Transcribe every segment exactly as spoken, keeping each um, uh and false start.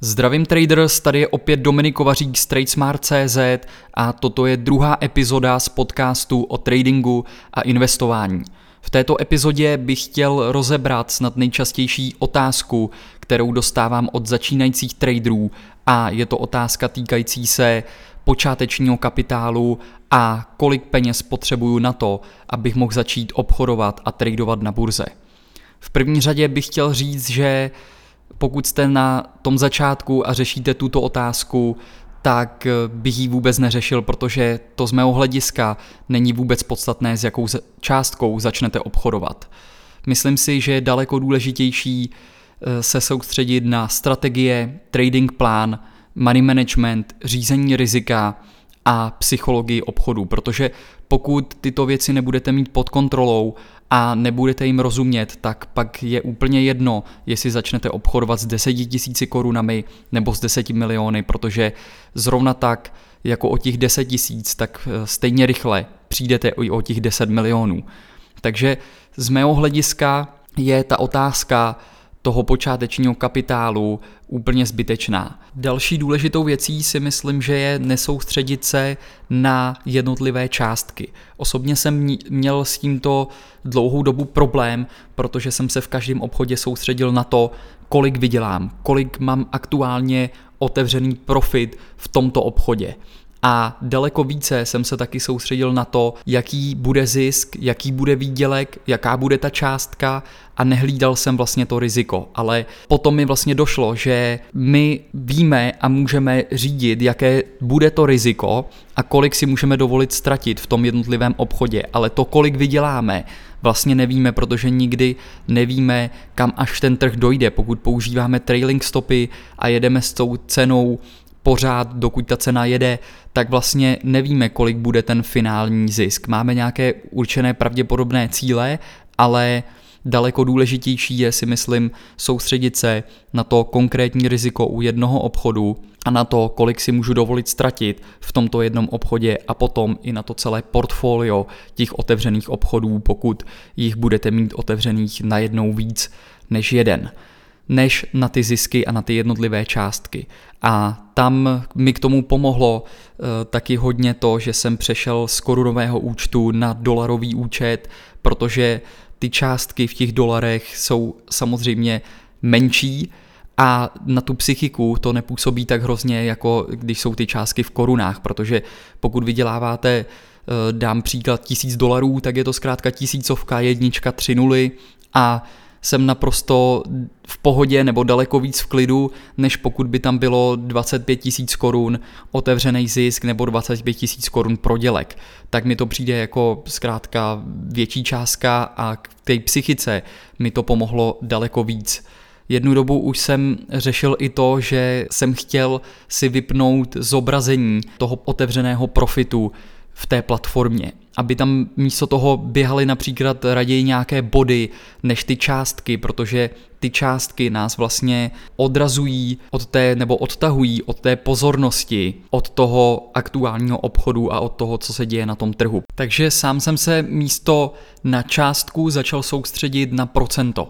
Zdravím traders, tady je opět Dominik Kovařík z Tradesmart tečka cé zet a toto je druhá epizoda z podcastu o tradingu a investování. V této epizodě bych chtěl rozebrat snad nejčastější otázku, kterou dostávám od začínajících traderů, a je to otázka týkající se počátečního kapitálu a kolik peněz potřebuju na to, abych mohl začít obchodovat a tradovat na burze. V první řadě bych chtěl říct, že pokud jste na tom začátku a řešíte tuto otázku, tak bych ji vůbec neřešil, protože to z mého hlediska není vůbec podstatné, s jakou částkou začnete obchodovat. Myslím si, že je daleko důležitější se soustředit na strategie, trading plán, money management, řízení rizika a psychologii obchodu, protože pokud tyto věci nebudete mít pod kontrolou a nebudete jim rozumět, tak pak je úplně jedno, jestli začnete obchodovat s deseti tisíci korunami nebo s deseti miliony, protože zrovna tak jako o těch deset tisíc, tak stejně rychle přijdete i o těch deset milionů. Takže z mého hlediska je ta otázka toho počátečního kapitálu úplně zbytečná. Další důležitou věcí si myslím, že je nesoustředit se na jednotlivé částky. Osobně jsem měl s tímto dlouhou dobu problém, protože jsem se v každém obchodě soustředil na to, kolik vydělám, kolik mám aktuálně otevřený profit v tomto obchodě. A daleko více jsem se taky soustředil na to, jaký bude zisk, jaký bude výdělek, jaká bude ta částka, a nehlídal jsem vlastně to riziko. Ale potom mi vlastně došlo, že my víme a můžeme řídit, jaké bude to riziko a kolik si můžeme dovolit ztratit v tom jednotlivém obchodě. Ale to, kolik vyděláme, vlastně nevíme, protože nikdy nevíme, kam až ten trh dojde. Pokud používáme trailing stopy a jedeme s tou cenou pořád, dokud ta cena jede, tak vlastně nevíme, kolik bude ten finální zisk. Máme nějaké určené pravděpodobné cíle, ale daleko důležitější je, si myslím, soustředit se na to konkrétní riziko u jednoho obchodu a na to, kolik si můžu dovolit ztratit v tomto jednom obchodě, a potom i na to celé portfolio těch otevřených obchodů, pokud jich budete mít otevřených najednou víc než jeden, než na ty zisky a na ty jednotlivé částky. A tam mi k tomu pomohlo e, taky hodně to, že jsem přešel z korunového účtu na dolarový účet, protože ty částky v těch dolarech jsou samozřejmě menší a na tu psychiku to nepůsobí tak hrozně, jako když jsou ty částky v korunách, protože pokud vyděláváte, e, dám příklad, tisíc dolarů, tak je to zkrátka tisícovka, jednička, tři nuly, a jsem naprosto v pohodě nebo daleko víc v klidu, než pokud by tam bylo dvacet pět tisíc korun otevřený zisk nebo dvacet pět tisíc korun prodělek. Tak mi to přijde jako zkrátka větší částka a k té psychice mi to pomohlo daleko víc. Jednu dobu už jsem řešil i to, že jsem chtěl si vypnout zobrazení toho otevřeného profitu v té platformě, aby tam místo toho běhaly například raději nějaké body než ty částky, protože ty částky nás vlastně odrazují od té nebo odtahují od té pozornosti, od toho aktuálního obchodu a od toho, co se děje na tom trhu. Takže sám jsem se místo na částku začal soustředit na procento.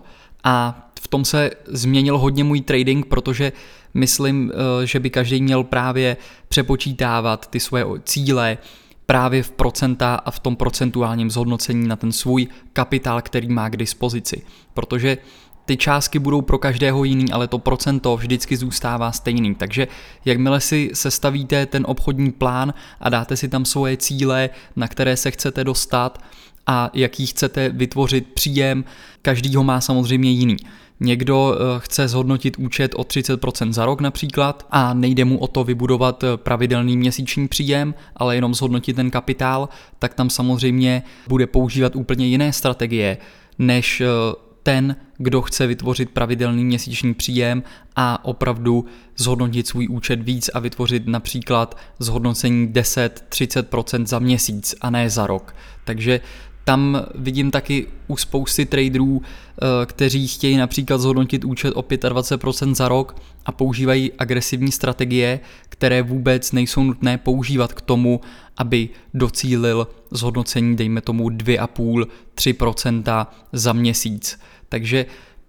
A v tom se změnil hodně můj trading, protože myslím, že by každý měl právě přepočítávat ty svoje cíle právě v procenta a v tom procentuálním zhodnocení na ten svůj kapitál, který má k dispozici. Protože ty částky budou pro každého jiný, ale to procento vždycky zůstává stejný. Takže jakmile si sestavíte ten obchodní plán a dáte si tam svoje cíle, na které se chcete dostat a jaký chcete vytvořit příjem, každý ho má samozřejmě jiný. Někdo chce zhodnotit účet o třicet procent za rok například a nejde mu o to vybudovat pravidelný měsíční příjem, ale jenom zhodnotit ten kapitál, tak tam samozřejmě bude používat úplně jiné strategie, než ten, kdo chce vytvořit pravidelný měsíční příjem a opravdu zhodnotit svůj účet víc a vytvořit například zhodnocení deset až třicet procent za měsíc a ne za rok. Takže tam vidím taky u spousty traderů, kteří chtějí například zhodnotit účet o dvacet pět procent za rok a používají agresivní strategie, které vůbec nejsou nutné používat k tomu, aby docílil zhodnocení, dejme tomu dvě celá pět až tři procenta za měsíc. Takže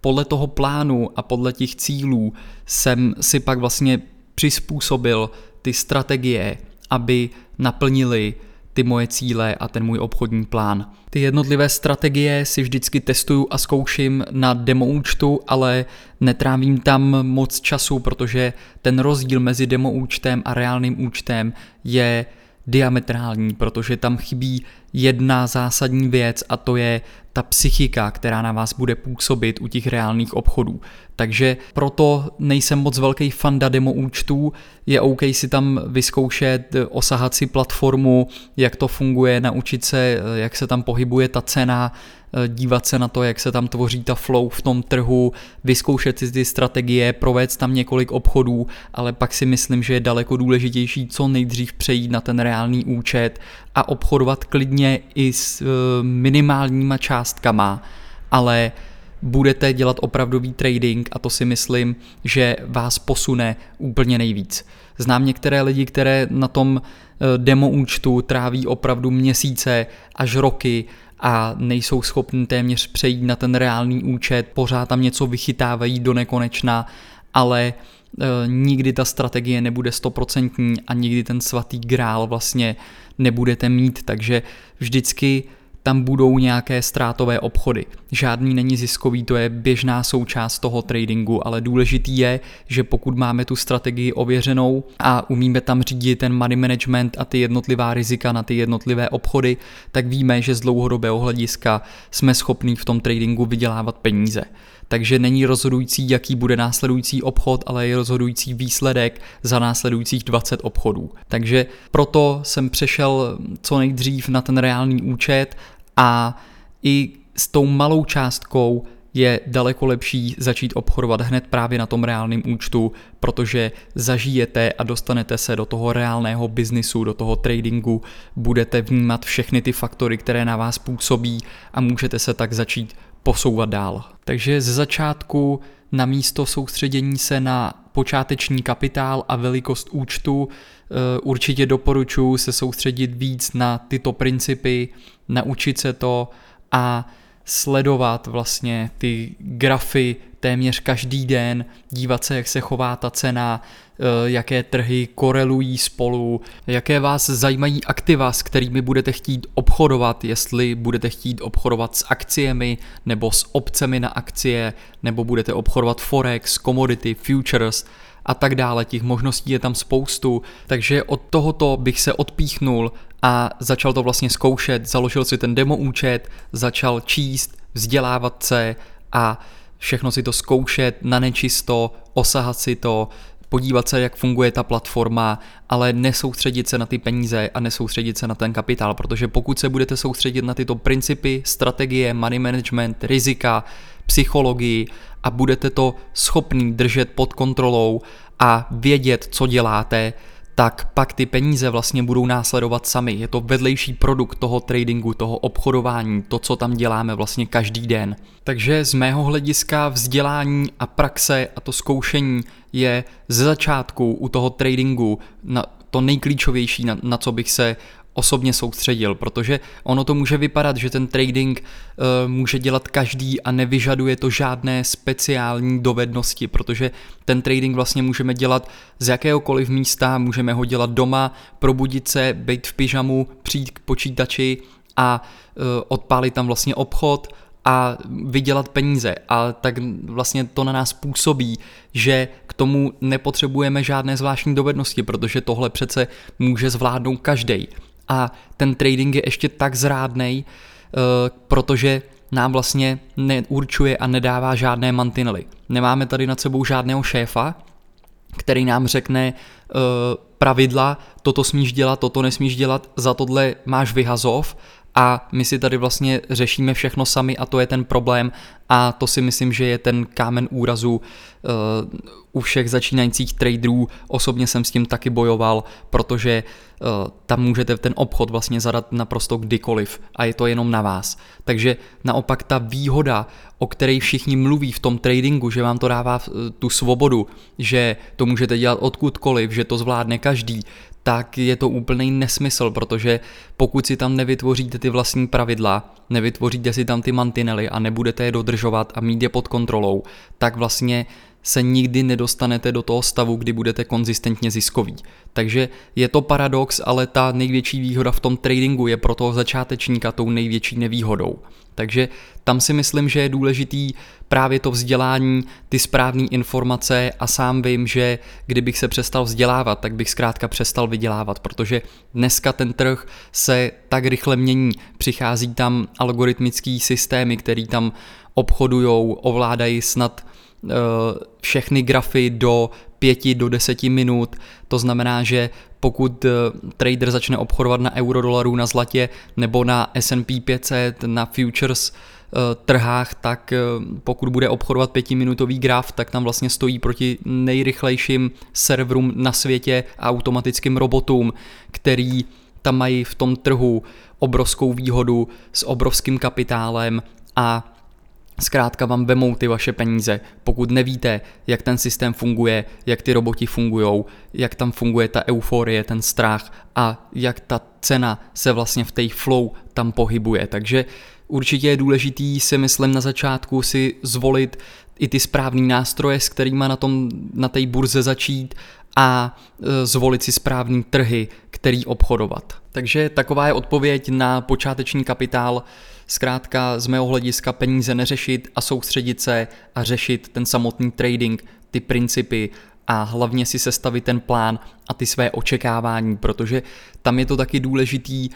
podle toho plánu a podle těch cílů jsem si pak vlastně přizpůsobil ty strategie, aby naplnili ty moje cíle a ten můj obchodní plán. Ty jednotlivé strategie si vždycky testuju a zkouším na demo účtu, ale netrávím tam moc času, protože ten rozdíl mezi demo účtem a reálným účtem je diametrální, protože tam chybí jedna zásadní věc a to je ta psychika, která na vás bude působit u těch reálných obchodů. Takže proto nejsem moc velký fanda demo účtů, je OK si tam vyzkoušet, osahat si platformu, jak to funguje, naučit se, jak se tam pohybuje ta cena, dívat se na to, jak se tam tvoří ta flow v tom trhu, vyzkoušet si ty strategie, provést tam několik obchodů, ale pak si myslím, že je daleko důležitější co nejdřív přejít na ten reálný účet a obchodovat klidně i s minimálníma částkama, ale budete dělat opravdový trading a to si myslím, že vás posune úplně nejvíc. Znám některé lidi, které na tom demo účtu tráví opravdu měsíce až roky a nejsou schopni téměř přejít na ten reálný účet, pořád tam něco vychytávají do nekonečna, ale e, nikdy ta strategie nebude stoprocentní a nikdy ten svatý grál vlastně nebudete mít, takže vždycky tam budou nějaké ztrátové obchody. Žádný není ziskový, to je běžná součást toho tradingu, ale důležitý je, že pokud máme tu strategii ověřenou a umíme tam řídit ten money management a ty jednotlivá rizika na ty jednotlivé obchody, tak víme, že z dlouhodobého hlediska jsme schopní v tom tradingu vydělávat peníze. Takže není rozhodující, jaký bude následující obchod, ale je rozhodující výsledek za následujících dvacet obchodů. Takže proto jsem přešel co nejdřív na ten reálný účet a i s tou malou částkou je daleko lepší začít obchodovat hned právě na tom reálném účtu, protože zažijete a dostanete se do toho reálného biznisu, do toho tradingu, budete vnímat všechny ty faktory, které na vás působí a můžete se tak začít posouvat dál. Takže ze začátku na místo soustředění se na počáteční kapitál a velikost účtu určitě doporučuji se soustředit víc na tyto principy, naučit se to a sledovat vlastně ty grafy téměř každý den, dívat se, jak se chová ta cena, jaké trhy korelují spolu, jaké vás zajímají aktiva, s kterými budete chtít obchodovat, jestli budete chtít obchodovat s akciemi nebo s opcemi na akcie, nebo budete obchodovat forex, commodity, futures a tak dále. Těch možností je tam spoustu, takže od tohoto bych se odpíchnul a začal to vlastně zkoušet, založil si ten demo účet, začal číst, vzdělávat se a všechno si to zkoušet na nečisto, osahat si to, podívat se, jak funguje ta platforma, ale nesoustředit se na ty peníze a nesoustředit se na ten kapitál, protože pokud se budete soustředit na tyto principy, strategie, money management, rizika, psychologii a budete to schopný držet pod kontrolou a vědět, co děláte, tak pak ty peníze vlastně budou následovat sami. Je to vedlejší produkt toho tradingu, toho obchodování, to, co tam děláme vlastně každý den. Takže z mého hlediska vzdělání a praxe a to zkoušení je ze začátku u toho tradingu na to nejklíčovější, na, na co bych se osobně soustředil, protože ono to může vypadat, že ten trading uh, může dělat každý a nevyžaduje to žádné speciální dovednosti, protože ten trading vlastně můžeme dělat z jakéhokoliv místa, můžeme ho dělat doma, probudit se, být v pyžamu, přijít k počítači a uh, odpálit tam vlastně obchod a vydělat peníze. A tak vlastně to na nás působí, že k tomu nepotřebujeme žádné zvláštní dovednosti, protože tohle přece může zvládnout každej. A ten trading je ještě tak zrádnej, protože nám vlastně neurčuje a nedává žádné mantinely. Nemáme tady nad sebou žádného šéfa, který nám řekne pravidla, toto smíš dělat, toto nesmíš dělat, za tohle máš vyhazov a my si tady vlastně řešíme všechno sami a to je ten problém a to si myslím, že je ten kámen úrazu uh, u všech začínajících traderů. Osobně jsem s tím taky bojoval, protože uh, tam můžete ten obchod vlastně zadat naprosto kdykoliv a je to jenom na vás. Takže naopak ta výhoda, o které všichni mluví v tom tradingu, že vám to dává tu svobodu, že to můžete dělat odkudkoliv, že to zvládne každý, tak je to úplný nesmysl, protože pokud si tam nevytvoříte ty vlastní pravidla, nevytvoříte si tam ty mantinely a nebudete je dodržovat a mít je pod kontrolou, tak vlastně se nikdy nedostanete do toho stavu, kdy budete konzistentně ziskový. Takže je to paradox, ale ta největší výhoda v tom tradingu je pro toho začátečníka tou největší nevýhodou. Takže tam si myslím, že je důležitý právě to vzdělání, ty správné informace a sám vím, že kdybych se přestal vzdělávat, tak bych zkrátka přestal vydělávat, protože dneska ten trh se tak rychle mění, přichází tam algoritmický systémy, který tam obchodujou, ovládají snad všechny grafy do pěti do deseti minut, to znamená, že pokud trader začne obchodovat na euro dolarů na zlatě nebo na S and P pět set, na futures trhách, tak pokud bude obchodovat pětiminutový graf, tak tam vlastně stojí proti nejrychlejším serverům na světě a automatickým robotům, který tam mají v tom trhu obrovskou výhodu s obrovským kapitálem a zkrátka vám vemou ty vaše peníze, pokud nevíte, jak ten systém funguje, jak ty roboti fungujou, jak tam funguje ta euforie, ten strach a jak ta cena se vlastně v té flow tam pohybuje. Takže určitě je důležitý si myslím na začátku si zvolit i ty správný nástroje, s kterými na tom, na té burze začít a zvolit si správný trhy, který obchodovat. Takže taková je odpověď na počáteční kapitál. Zkrátka z mého hlediska peníze neřešit a soustředit se a řešit ten samotný trading, ty principy a hlavně si sestavit ten plán a ty své očekávání, protože tam je to taky důležitý,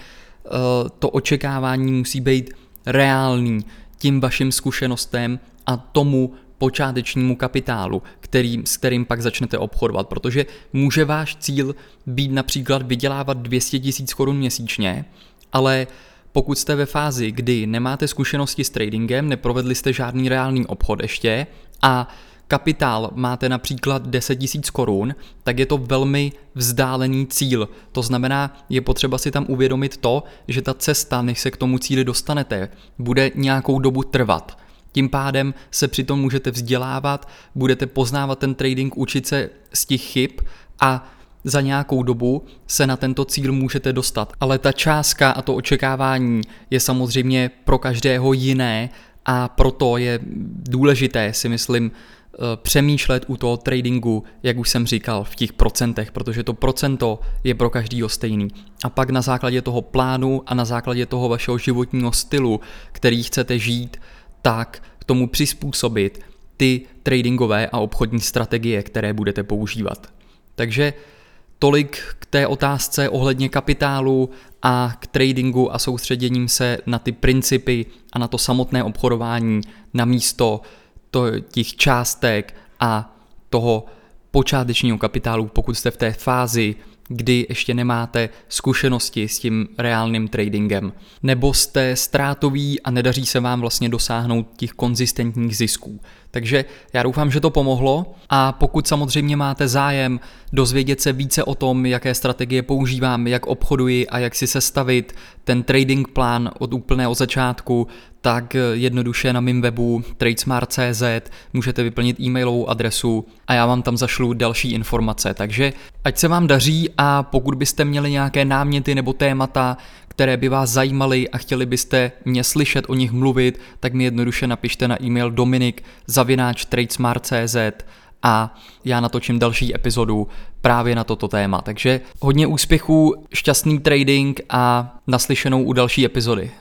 to očekávání musí být reálný tím vašim zkušenostem a tomu počátečnímu kapitálu, který, s kterým pak začnete obchodovat, protože může váš cíl být například vydělávat dvě stě tisíc korun měsíčně, ale pokud jste ve fázi, kdy nemáte zkušenosti s tradingem, neprovedli jste žádný reálný obchod ještě a kapitál máte například deset tisíc korun, tak je to velmi vzdálený cíl. To znamená, je potřeba si tam uvědomit to, že ta cesta, než se k tomu cíli dostanete, bude nějakou dobu trvat. Tím pádem se přitom můžete vzdělávat, budete poznávat ten trading, učit se z těch chyb a za nějakou dobu se na tento cíl můžete dostat. Ale ta částka a to očekávání je samozřejmě pro každého jiné a proto je důležité, si myslím, přemýšlet u toho tradingu, jak už jsem říkal, v těch procentech, protože to procento je pro každýho stejný. A pak na základě toho plánu a na základě toho vašeho životního stylu, který chcete žít, tak k tomu přizpůsobit ty tradingové a obchodní strategie, které budete používat. Takže tolik k té otázce ohledně kapitálu a k tradingu a soustředěním se na ty principy a na to samotné obchodování namísto těch částek a toho počátečního kapitálu, pokud jste v té fázi, kdy ještě nemáte zkušenosti s tím reálným tradingem, nebo jste ztrátoví a nedaří se vám vlastně dosáhnout těch konzistentních zisků. Takže já doufám, že to pomohlo a pokud samozřejmě máte zájem dozvědět se více o tom, jaké strategie používám, jak obchoduji a jak si sestavit ten trading plán od úplného začátku, tak jednoduše na mém webu tradesmart tečka cé zet můžete vyplnit e-mailovou adresu a já vám tam zašlu další informace. Takže ať se vám daří a pokud byste měli nějaké náměty nebo témata, které by vás zajímaly a chtěli byste mě slyšet o nich mluvit, tak mi jednoduše napište na e-mail dominik zavináč tradesmart tečka cé zet a já natočím další epizodu právě na toto téma. Takže hodně úspěchů, šťastný trading a naslyšenou u další epizody.